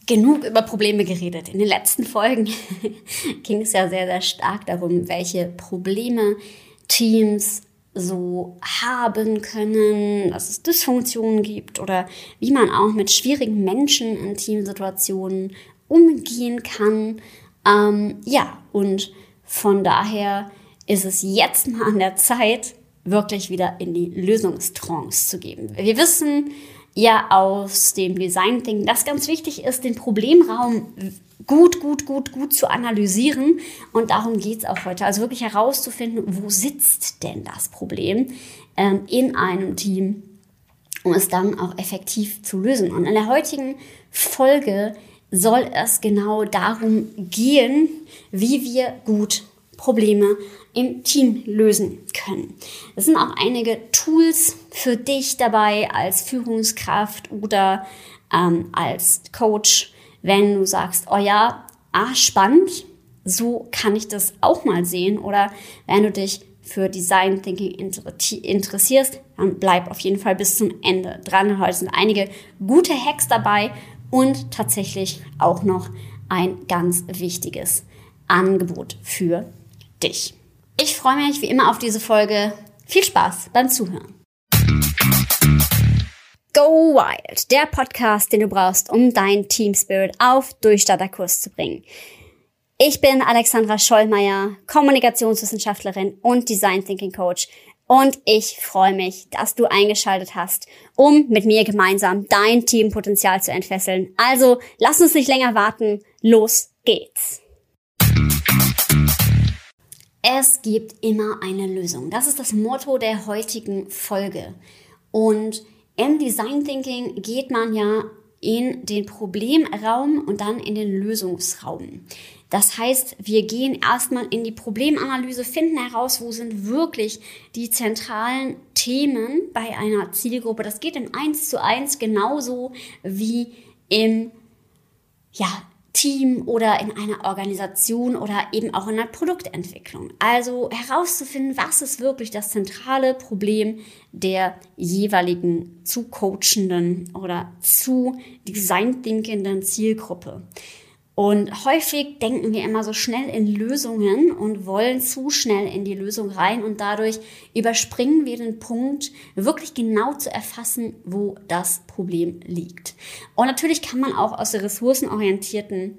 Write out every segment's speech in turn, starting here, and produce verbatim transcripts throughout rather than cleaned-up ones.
genug über Probleme geredet. In den letzten Folgen ging es ja sehr, sehr stark darum, welche Probleme Teams so haben können, dass es Dysfunktionen gibt oder wie man auch mit schwierigen Menschen in Teamsituationen umgehen kann. Ähm, ja, und von daher ist es jetzt mal an der Zeit, wirklich wieder in die Lösungstrance zu geben. Wir wissen ja aus dem Design Thinking, dass ganz wichtig ist, den Problemraum gut, gut, gut, gut zu analysieren. Und darum geht es auch heute. Also wirklich herauszufinden, wo sitzt denn das Problem ähm, in einem Team, um es dann auch effektiv zu lösen. Und in der heutigen Folge soll es genau darum gehen, wie wir gut Probleme im Team lösen können. Es sind auch einige Tools für dich dabei als Führungskraft oder ähm, als Coach, wenn du sagst, oh ja, ah, spannend, so kann ich das auch mal sehen. Oder wenn du dich für Design Thinking interessierst, dann bleib auf jeden Fall bis zum Ende dran. Heute sind einige gute Hacks dabei und tatsächlich auch noch ein ganz wichtiges Angebot für dich. Ich freue mich wie immer auf diese Folge. Viel Spaß beim Zuhören. Go Wild, der Podcast, den du brauchst, um dein Team Spirit auf Durchstarterkurs zu bringen. Ich bin Alexandra Schollmeier, Kommunikationswissenschaftlerin und Design Thinking Coach. Und ich freue mich, dass du eingeschaltet hast, um mit mir gemeinsam dein Teampotenzial zu entfesseln. Also lass uns nicht länger warten. Los geht's. Es gibt immer eine Lösung. Das ist das Motto der heutigen Folge. Und im Design Thinking geht man ja in den Problemraum und dann in den Lösungsraum. Das heißt, wir gehen erstmal in die Problemanalyse, finden heraus, wo sind wirklich die zentralen Themen bei einer Zielgruppe. Das geht im eins zu eins genauso wie im ja, Team oder in einer Organisation oder eben auch in einer Produktentwicklung. Also herauszufinden, was ist wirklich das zentrale Problem der jeweiligen zu coachenden oder zu design-thinkenden Zielgruppe. Und häufig denken wir immer so schnell in Lösungen und wollen zu schnell in die Lösung rein und dadurch überspringen wir den Punkt, wirklich genau zu erfassen, wo das Problem liegt. Und natürlich kann man auch aus der ressourcenorientierten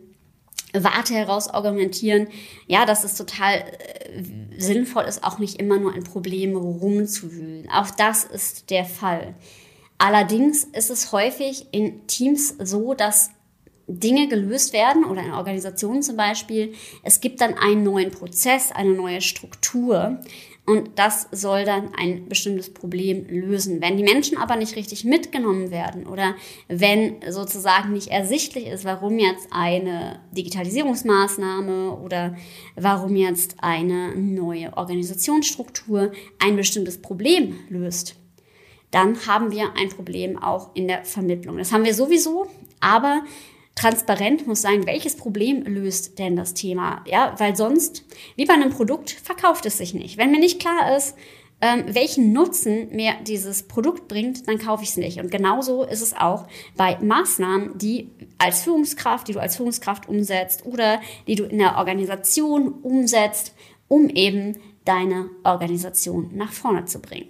Warte heraus argumentieren, ja, dass es total äh, sinnvoll ist, auch nicht immer nur in Problemen rumzuwühlen. Auch das ist der Fall. Allerdings ist es häufig in Teams so, dass Dinge gelöst werden oder in Organisationen zum Beispiel. Es gibt dann einen neuen Prozess, eine neue Struktur und das soll dann ein bestimmtes Problem lösen. Wenn die Menschen aber nicht richtig mitgenommen werden oder wenn sozusagen nicht ersichtlich ist, warum jetzt eine Digitalisierungsmaßnahme oder warum jetzt eine neue Organisationsstruktur ein bestimmtes Problem löst, dann haben wir ein Problem auch in der Vermittlung. Das haben wir sowieso, aber transparent muss sein, welches Problem löst denn das Thema? Ja, weil sonst, wie bei einem Produkt, verkauft es sich nicht. Wenn mir nicht klar ist, ähm, welchen Nutzen mir dieses Produkt bringt, dann kaufe ich es nicht. Und genauso ist es auch bei Maßnahmen, die als Führungskraft, die du als Führungskraft umsetzt oder die du in der Organisation umsetzt, um eben deine Organisation nach vorne zu bringen.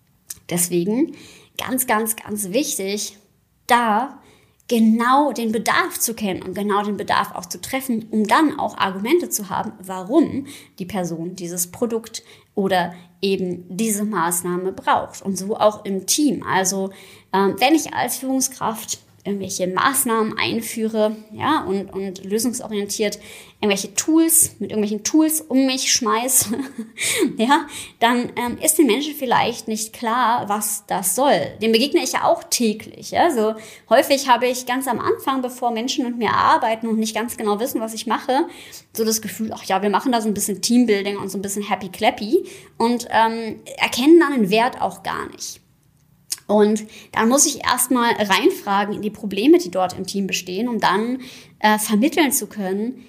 Deswegen ganz, ganz, ganz wichtig, da genau den Bedarf zu kennen und genau den Bedarf auch zu treffen, um dann auch Argumente zu haben, warum die Person dieses Produkt oder eben diese Maßnahme braucht. Und so auch im Team. Also ähm, wenn ich als Führungskraft irgendwelche Maßnahmen einführe, ja, und, und lösungsorientiert irgendwelche Tools, mit irgendwelchen Tools um mich schmeiße, ja, dann ähm, ist den Menschen vielleicht nicht klar, was das soll. Dem begegne ich ja auch täglich, ja, so häufig habe ich ganz am Anfang, bevor Menschen mit mir arbeiten und nicht ganz genau wissen, was ich mache, so das Gefühl, ach ja, wir machen da so ein bisschen Teambuilding und so ein bisschen Happy Clappy und ähm, erkennen dann den Wert auch gar nicht. Und dann muss ich erstmal reinfragen in die Probleme, die dort im Team bestehen, um dann äh, vermitteln zu können,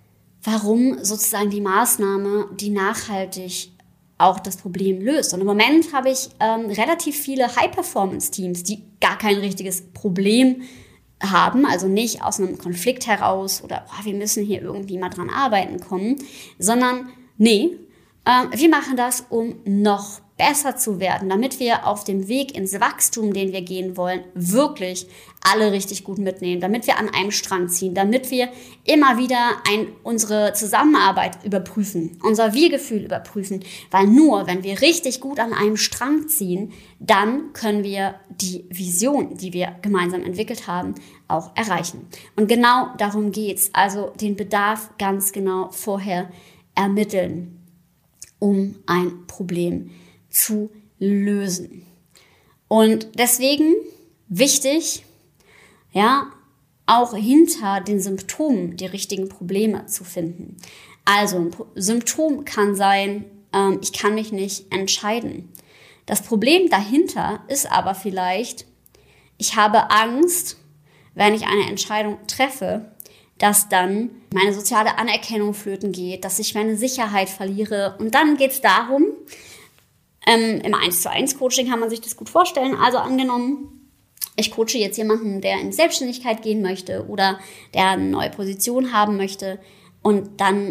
warum sozusagen die Maßnahme, die nachhaltig auch das Problem löst. Und im Moment habe ich ähm, relativ viele High-Performance-Teams, die gar kein richtiges Problem haben, also nicht aus einem Konflikt heraus oder oh, wir müssen hier irgendwie mal dran arbeiten kommen, sondern nee, äh, wir machen das, um noch besser zu werden, damit wir auf dem Weg ins Wachstum, den wir gehen wollen, wirklich alle richtig gut mitnehmen, damit wir an einem Strang ziehen, damit wir immer wieder ein, unsere Zusammenarbeit überprüfen, unser Wir-Gefühl überprüfen, weil nur wenn wir richtig gut an einem Strang ziehen, dann können wir die Vision, die wir gemeinsam entwickelt haben, auch erreichen. Und genau darum geht's, also den Bedarf ganz genau vorher ermitteln, um ein Problem zu lösen. Und deswegen wichtig, ja, auch hinter den Symptomen die richtigen Probleme zu finden. Also ein Symptom kann sein, ähm, ich kann mich nicht entscheiden. Das Problem dahinter ist aber vielleicht, ich habe Angst, wenn ich eine Entscheidung treffe, dass dann meine soziale Anerkennung flöten geht, dass ich meine Sicherheit verliere. Und dann geht es darum, ähm, im eins zu eins Coaching kann man sich das gut vorstellen. Also angenommen, ich coache jetzt jemanden, der in die Selbstständigkeit gehen möchte oder der eine neue Position haben möchte. Und dann,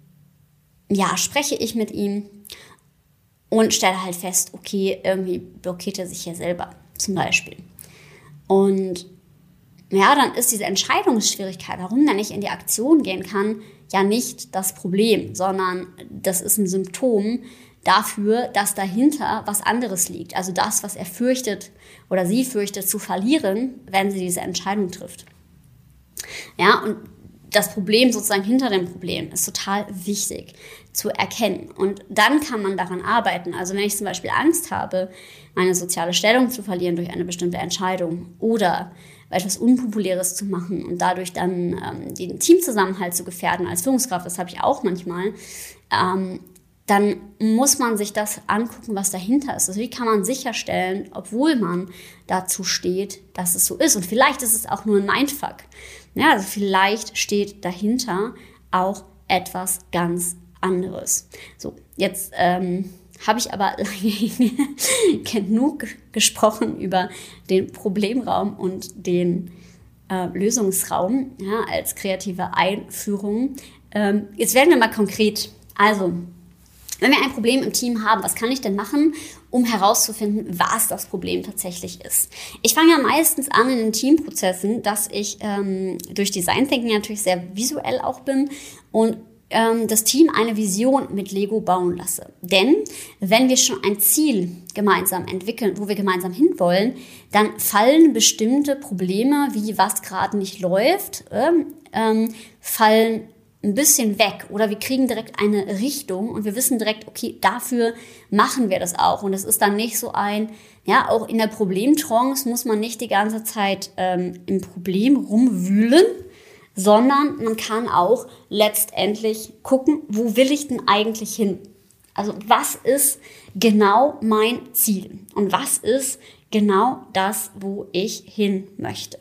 ja, spreche ich mit ihm und stelle halt fest, okay, irgendwie blockiert er sich hier selber zum Beispiel. Und ja, dann ist diese Entscheidungsschwierigkeit, warum er nicht in die Aktion gehen kann, ja nicht das Problem, sondern das ist ein Symptom dafür, dass dahinter was anderes liegt. Also das, was er fürchtet oder sie fürchtet zu verlieren, wenn sie diese Entscheidung trifft. Ja, und das Problem sozusagen hinter dem Problem ist total wichtig zu erkennen. Und dann kann man daran arbeiten. Also wenn ich zum Beispiel Angst habe, meine soziale Stellung zu verlieren durch eine bestimmte Entscheidung oder etwas Unpopuläres zu machen und dadurch dann ähm, den Teamzusammenhalt zu gefährden als Führungskraft, das habe ich auch manchmal, ähm, dann muss man sich das angucken, was dahinter ist. Also wie kann man sicherstellen, obwohl man dazu steht, dass es so ist. Und vielleicht ist es auch nur ein Mindfuck. Ja, also vielleicht steht dahinter auch etwas ganz anderes. So, jetzt ähm, habe ich aber genug gesprochen über den Problemraum und den äh, Lösungsraum, ja, als kreative Einführung. Ähm, jetzt werden wir mal konkret. Also, wenn wir ein Problem im Team haben, was kann ich denn machen, um herauszufinden, was das Problem tatsächlich ist? Ich fange ja meistens an in den Teamprozessen, dass ich ähm, durch Design Thinking natürlich sehr visuell auch bin und ähm, das Team eine Vision mit Lego bauen lasse. Denn wenn wir schon ein Ziel gemeinsam entwickeln, wo wir gemeinsam hinwollen, dann fallen bestimmte Probleme, wie was gerade nicht läuft, ähm, ähm, fallen ein bisschen weg oder wir kriegen direkt eine Richtung und wir wissen direkt, okay, dafür machen wir das auch. Und es ist dann nicht so ein, ja, auch in der Problemtrance muss man nicht die ganze Zeit ähm, im Problem rumwühlen, sondern man kann auch letztendlich gucken, wo will ich denn eigentlich hin? Also was ist genau mein Ziel und was ist genau das, wo ich hin möchte?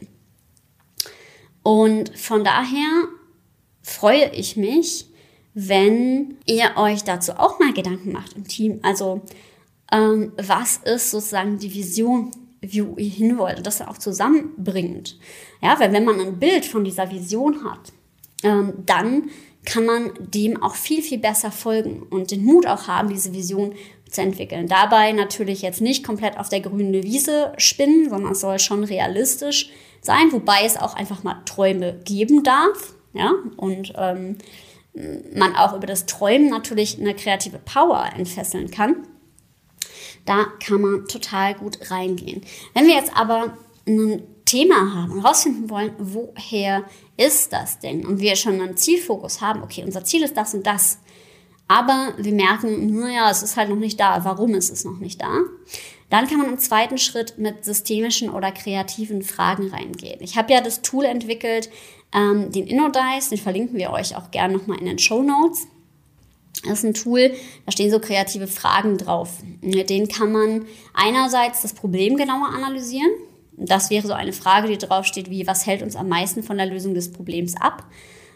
Und von daher freue ich mich, wenn ihr euch dazu auch mal Gedanken macht im Team. Also ähm, was ist sozusagen die Vision, wo ihr hin wollt und das dann auch zusammenbringt. Ja, weil wenn man ein Bild von dieser Vision hat, ähm, dann kann man dem auch viel, viel besser folgen und den Mut auch haben, diese Vision zu entwickeln. Dabei natürlich jetzt nicht komplett auf der grünen Wiese spinnen, sondern es soll schon realistisch sein, wobei es auch einfach mal Träume geben darf. Ja, und ähm, man auch über das Träumen natürlich eine kreative Power entfesseln kann. Da kann man total gut reingehen. Wenn wir jetzt aber ein Thema haben und herausfinden wollen, woher ist das denn? Und wir schon einen Zielfokus haben, okay, unser Ziel ist das und das. Aber wir merken, naja, es ist halt noch nicht da. Warum ist es noch nicht da? Dann kann man im zweiten Schritt mit systemischen oder kreativen Fragen reingehen. Ich habe ja das Tool entwickelt, ähm, den InnoDice, den verlinken wir euch auch gerne nochmal in den Shownotes. Das ist ein Tool, da stehen so kreative Fragen drauf. Mit denen kann man einerseits das Problem genauer analysieren. Das wäre so eine Frage, die draufsteht wie, was hält uns am meisten von der Lösung des Problems ab?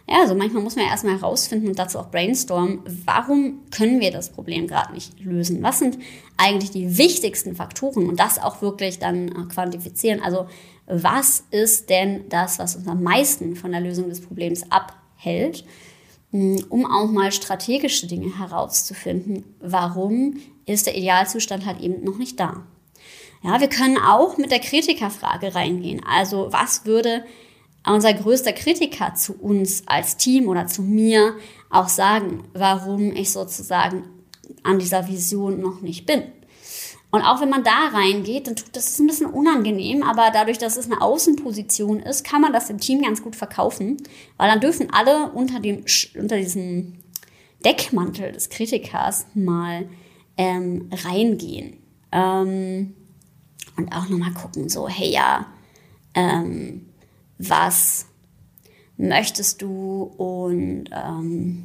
Ja, also manchmal muss man ja erstmal herausfinden und dazu auch brainstormen, warum können wir das Problem gerade nicht lösen? Was sind eigentlich die wichtigsten Faktoren und das auch wirklich dann quantifizieren? Also was ist denn das, was uns am meisten von der Lösung des Problems abhält, um auch mal strategische Dinge herauszufinden? Warum ist der Idealzustand halt eben noch nicht da? Ja, wir können auch mit der Kritikerfrage reingehen. Also was würde unser größter Kritiker zu uns als Team oder zu mir auch sagen, warum ich sozusagen an dieser Vision noch nicht bin? Und auch wenn man da reingeht, dann tut das ist ein bisschen unangenehm, aber dadurch, dass es eine Außenposition ist, kann man das im Team ganz gut verkaufen, weil dann dürfen alle unter dem unter diesem Deckmantel des Kritikers mal ähm, reingehen ähm, und auch nochmal gucken, so hey ja, ähm, was möchtest du und ähm,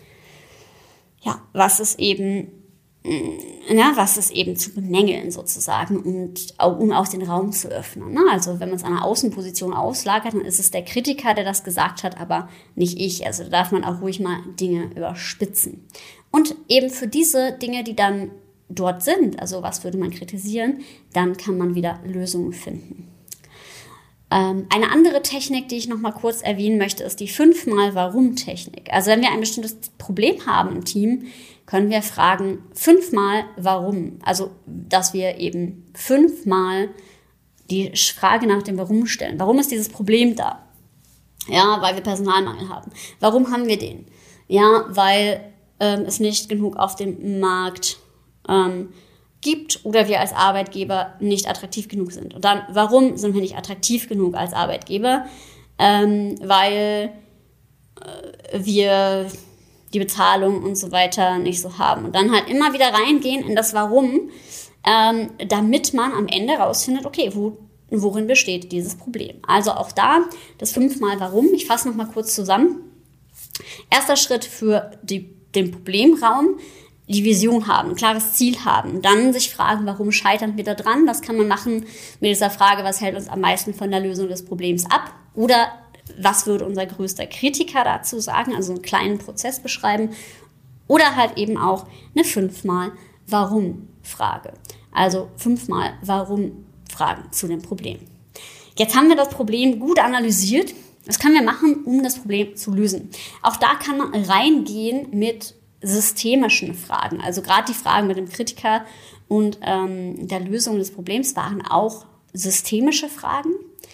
ja, was ist eben Ja, was ist eben zu bemängeln sozusagen und um auch den Raum zu öffnen. Ne? Also wenn man es an einer Außenposition auslagert, dann ist es der Kritiker, der das gesagt hat, aber nicht ich. Also da darf man auch ruhig mal Dinge überspitzen. Und eben für diese Dinge, die dann dort sind, also was würde man kritisieren, dann kann man wieder Lösungen finden. Ähm, eine andere Technik, die ich noch mal kurz erwähnen möchte, ist die Fünfmal-Warum-Technik. Also wenn wir ein bestimmtes Problem haben im Team, können wir fragen, fünfmal warum. Also, dass wir eben fünfmal die Frage nach dem Warum stellen. Warum ist dieses Problem da? Ja, weil wir Personalmangel haben. Warum haben wir den? Ja, weil ähm, es nicht genug auf dem Markt ähm, gibt oder wir als Arbeitgeber nicht attraktiv genug sind. Und dann, warum sind wir nicht attraktiv genug als Arbeitgeber? Ähm, weil äh, wir die Bezahlung und so weiter nicht so haben. Und dann halt immer wieder reingehen in das Warum, ähm, damit man am Ende rausfindet, okay, wo, worin besteht dieses Problem. Also auch da das fünfmal Warum. Ich fasse nochmal kurz zusammen. Erster Schritt für die, den Problemraum, die Vision haben, ein klares Ziel haben. Dann sich fragen, warum scheitern wir da dran? Das kann man machen mit dieser Frage, was hält uns am meisten von der Lösung des Problems ab? Oder was würde unser größter Kritiker dazu sagen, also einen kleinen Prozess beschreiben oder halt eben auch eine fünfmal Warum-Frage. Also fünfmal Warum-Fragen zu dem Problem. Jetzt haben wir das Problem gut analysiert. Was können wir machen, um das Problem zu lösen? Auch da kann man reingehen mit systemischen Fragen. Also gerade die Fragen mit dem Kritiker und ähm, der Lösung des Problems waren auch systemische Fragen.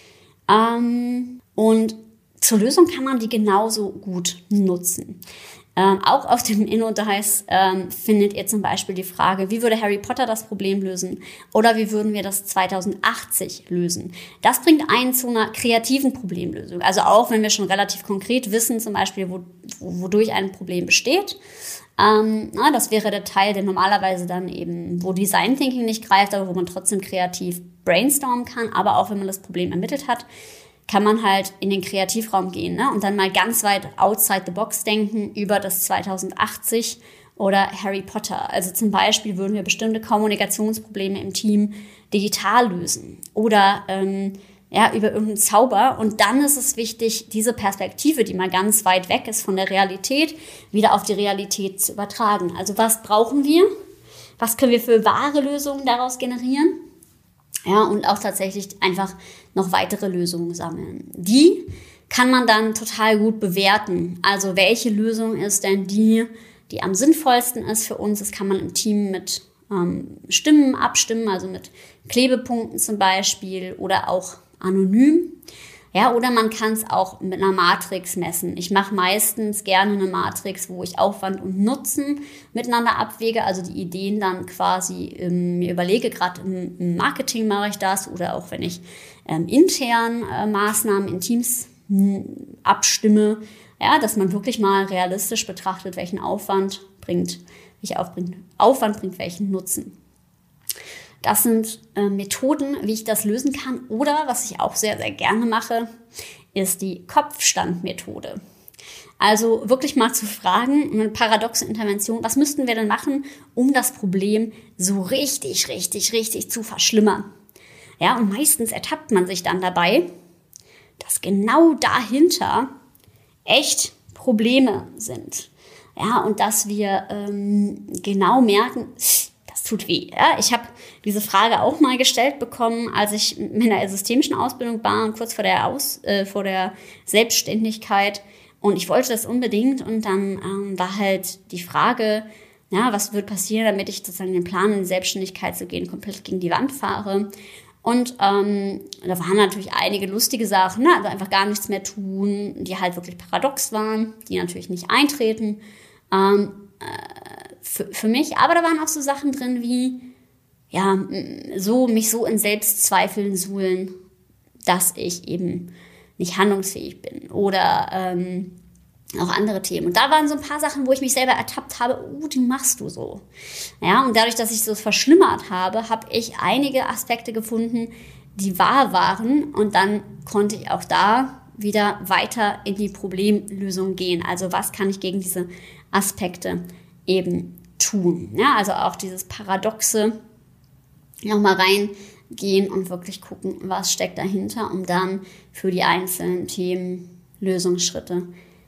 Ähm, Und zur Lösung kann man die genauso gut nutzen. Ähm, auch auf dem InnoDice ähm, findet ihr zum Beispiel die Frage, wie würde Harry Potter das Problem lösen oder wie würden wir das zweitausendachtzig lösen? Das bringt einen zu einer kreativen Problemlösung. Also auch wenn wir schon relativ konkret wissen, zum Beispiel, wo, wo, wodurch ein Problem besteht. Ähm, na, das wäre der Teil, der normalerweise dann eben, wo Design Thinking nicht greift, aber wo man trotzdem kreativ brainstormen kann. Aber auch wenn man das Problem ermittelt hat, kann man halt in den Kreativraum gehen, ne? Und dann mal ganz weit outside the box denken über das zweitausendachtzig oder Harry Potter. Also zum Beispiel würden wir bestimmte Kommunikationsprobleme im Team digital lösen oder ähm, ja, über irgendeinen Zauber. Und dann ist es wichtig, diese Perspektive, die mal ganz weit weg ist von der Realität, wieder auf die Realität zu übertragen. Also was brauchen wir? Was können wir für wahre Lösungen daraus generieren? Ja, und auch tatsächlich einfach noch weitere Lösungen sammeln. Die kann man dann total gut bewerten. Also welche Lösung ist denn die, die am sinnvollsten ist für uns? Das kann man im Team mit ähm, Stimmen abstimmen, also mit Klebepunkten zum Beispiel oder auch anonym. Ja, oder man kann es auch mit einer Matrix messen. Ich mache meistens gerne eine Matrix, wo ich Aufwand und Nutzen miteinander abwäge, also die Ideen dann quasi ähm, mir überlege, gerade im, im Marketing mache ich das oder auch wenn ich ähm, intern äh, Maßnahmen in Teams mh, abstimme, ja, dass man wirklich mal realistisch betrachtet, welchen Aufwand bringt, welcher Aufwand, Aufwand bringt welchen Nutzen. Das sind äh, Methoden, wie ich das lösen kann. Oder, was ich auch sehr, sehr gerne mache, ist die Kopfstandmethode. Also wirklich mal zu fragen, eine paradoxe Intervention, was müssten wir denn machen, um das Problem so richtig, richtig, richtig zu verschlimmern? Ja, und meistens ertappt man sich dann dabei, dass genau dahinter echt Probleme sind. Ja, und dass wir ähm, genau merken, das tut weh. Ja? Ich habe diese Frage auch mal gestellt bekommen, als ich in der systemischen Ausbildung war und kurz vor der, Aus, äh, vor der Selbstständigkeit. Und ich wollte das unbedingt. Und dann ähm, war halt die Frage, ja, was wird passieren, damit ich sozusagen den Plan, in die Selbstständigkeit zu gehen, komplett gegen die Wand fahre. Und ähm, da waren natürlich einige lustige Sachen, ne? Also einfach gar nichts mehr tun, die halt wirklich paradox waren, die natürlich nicht eintreten ähm, äh, für, für mich. Aber da waren auch so Sachen drin wie, ja, so mich so in Selbstzweifeln suhlen, dass ich eben nicht handlungsfähig bin oder ähm, auch andere Themen. Und da waren so ein paar Sachen, wo ich mich selber ertappt habe, oh, die machst du so. Ja, und dadurch, dass ich so verschlimmert habe, habe ich einige Aspekte gefunden, die wahr waren. Und dann konnte ich auch da wieder weiter in die Problemlösung gehen. Also was kann ich gegen diese Aspekte eben tun? Ja, also auch dieses Paradoxe nochmal reingehen und wirklich gucken, was steckt dahinter, um dann für die einzelnen Themen Lösungsschritte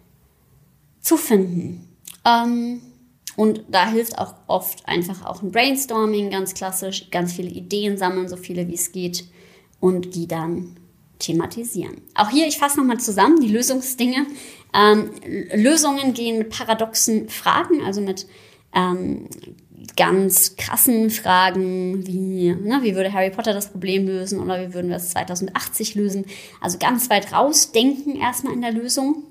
zu finden. Ähm, und da hilft auch oft einfach auch ein Brainstorming, ganz klassisch, ganz viele Ideen sammeln, so viele wie es geht und die dann thematisieren. Auch hier, ich fasse nochmal zusammen, die Lösungsdinge. Ähm, Lösungen gehen mit paradoxen Fragen, also mit ähm, ganz krassen Fragen wie, ne, wie würde Harry Potter das Problem lösen oder wie würden wir es zweitausendachtzig lösen. Also ganz weit rausdenken erstmal in der Lösung.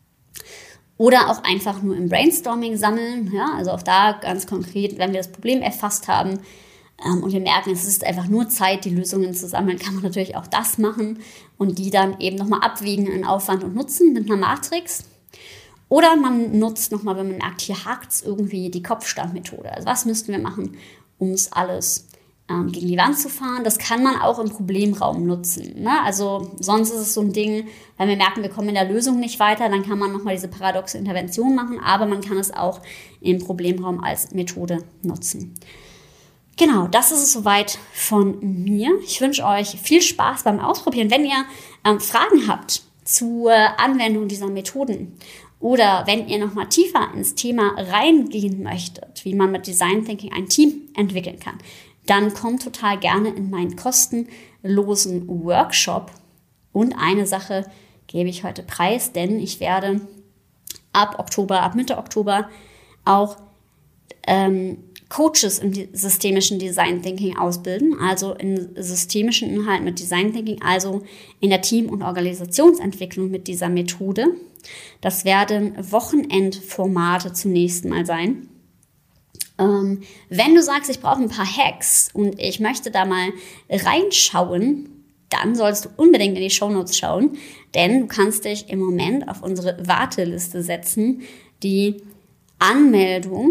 Oder auch einfach nur im Brainstorming sammeln. Ja, also auch da ganz konkret, wenn wir das Problem erfasst haben ähm, und wir merken, es ist einfach nur Zeit, die Lösungen zu sammeln, kann man natürlich auch das machen und die dann eben nochmal abwiegen in Aufwand und Nutzen mit einer Matrix. Oder man nutzt nochmal, wenn man merkt, hier hakt es irgendwie, die Kopfstandmethode. Also was müssten wir machen, um es alles ähm, gegen die Wand zu fahren? Das kann man auch im Problemraum nutzen. Ne? Also sonst ist es so ein Ding, wenn wir merken, wir kommen in der Lösung nicht weiter, dann kann man nochmal diese paradoxe Intervention machen, aber man kann es auch im Problemraum als Methode nutzen. Genau, das ist es soweit von mir. Ich wünsche euch viel Spaß beim Ausprobieren. Wenn ihr ähm, Fragen habt zur Anwendung dieser Methoden oder wenn ihr nochmal tiefer ins Thema reingehen möchtet, wie man mit Design Thinking ein Team entwickeln kann, dann kommt total gerne in meinen kostenlosen Workshop. Und eine Sache gebe ich heute preis, denn ich werde ab Oktober, ab Mitte Oktober auch ähm, Coaches im systemischen Design Thinking ausbilden, also in systemischen Inhalten mit Design Thinking, also in der Team- und Organisationsentwicklung mit dieser Methode. Das werden Wochenendformate zunächst mal sein. Ähm, wenn du sagst, ich brauche ein paar Hacks und ich möchte da mal reinschauen, dann sollst du unbedingt in die Shownotes schauen, denn du kannst dich im Moment auf unsere Warteliste setzen. Die Anmeldung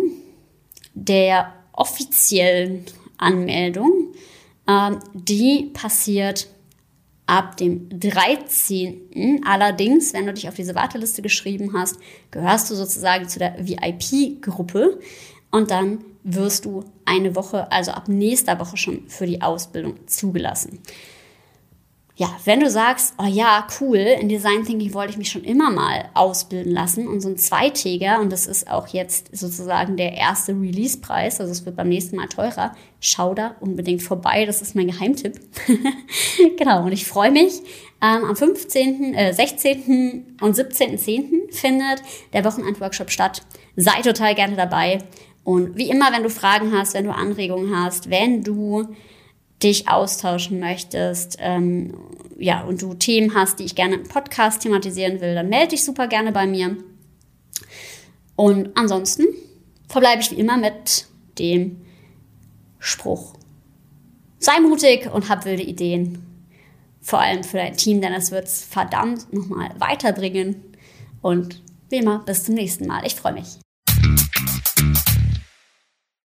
der offiziellen Anmeldung, ähm, die passiert ab dem dreizehnten Allerdings, wenn du dich auf diese Warteliste geschrieben hast, gehörst du sozusagen zu der V I P-Gruppe. Und dann wirst du eine Woche, also ab nächster Woche schon für die Ausbildung zugelassen. Ja, wenn du sagst, oh ja, cool, in Design Thinking wollte ich mich schon immer mal ausbilden lassen und so ein Zweitäger, und das ist auch jetzt sozusagen der erste Release-Preis, also es wird beim nächsten Mal teurer, schau da unbedingt vorbei, das ist mein Geheimtipp. Genau, und ich freue mich, ähm, am fünfzehnten, äh, sechzehnten und siebzehnten zehnten findet der Wochenend-Workshop statt. Sei total gerne dabei. Und wie immer, wenn du Fragen hast, wenn du Anregungen hast, wenn du dich austauschen möchtest, ähm, ja, und du Themen hast, die ich gerne im Podcast thematisieren will, dann melde dich super gerne bei mir. Und ansonsten verbleibe ich wie immer mit dem Spruch: Sei mutig und hab wilde Ideen. Vor allem für dein Team, denn es wird es verdammt nochmal weiterbringen. Und wie immer, bis zum nächsten Mal. Ich freue mich.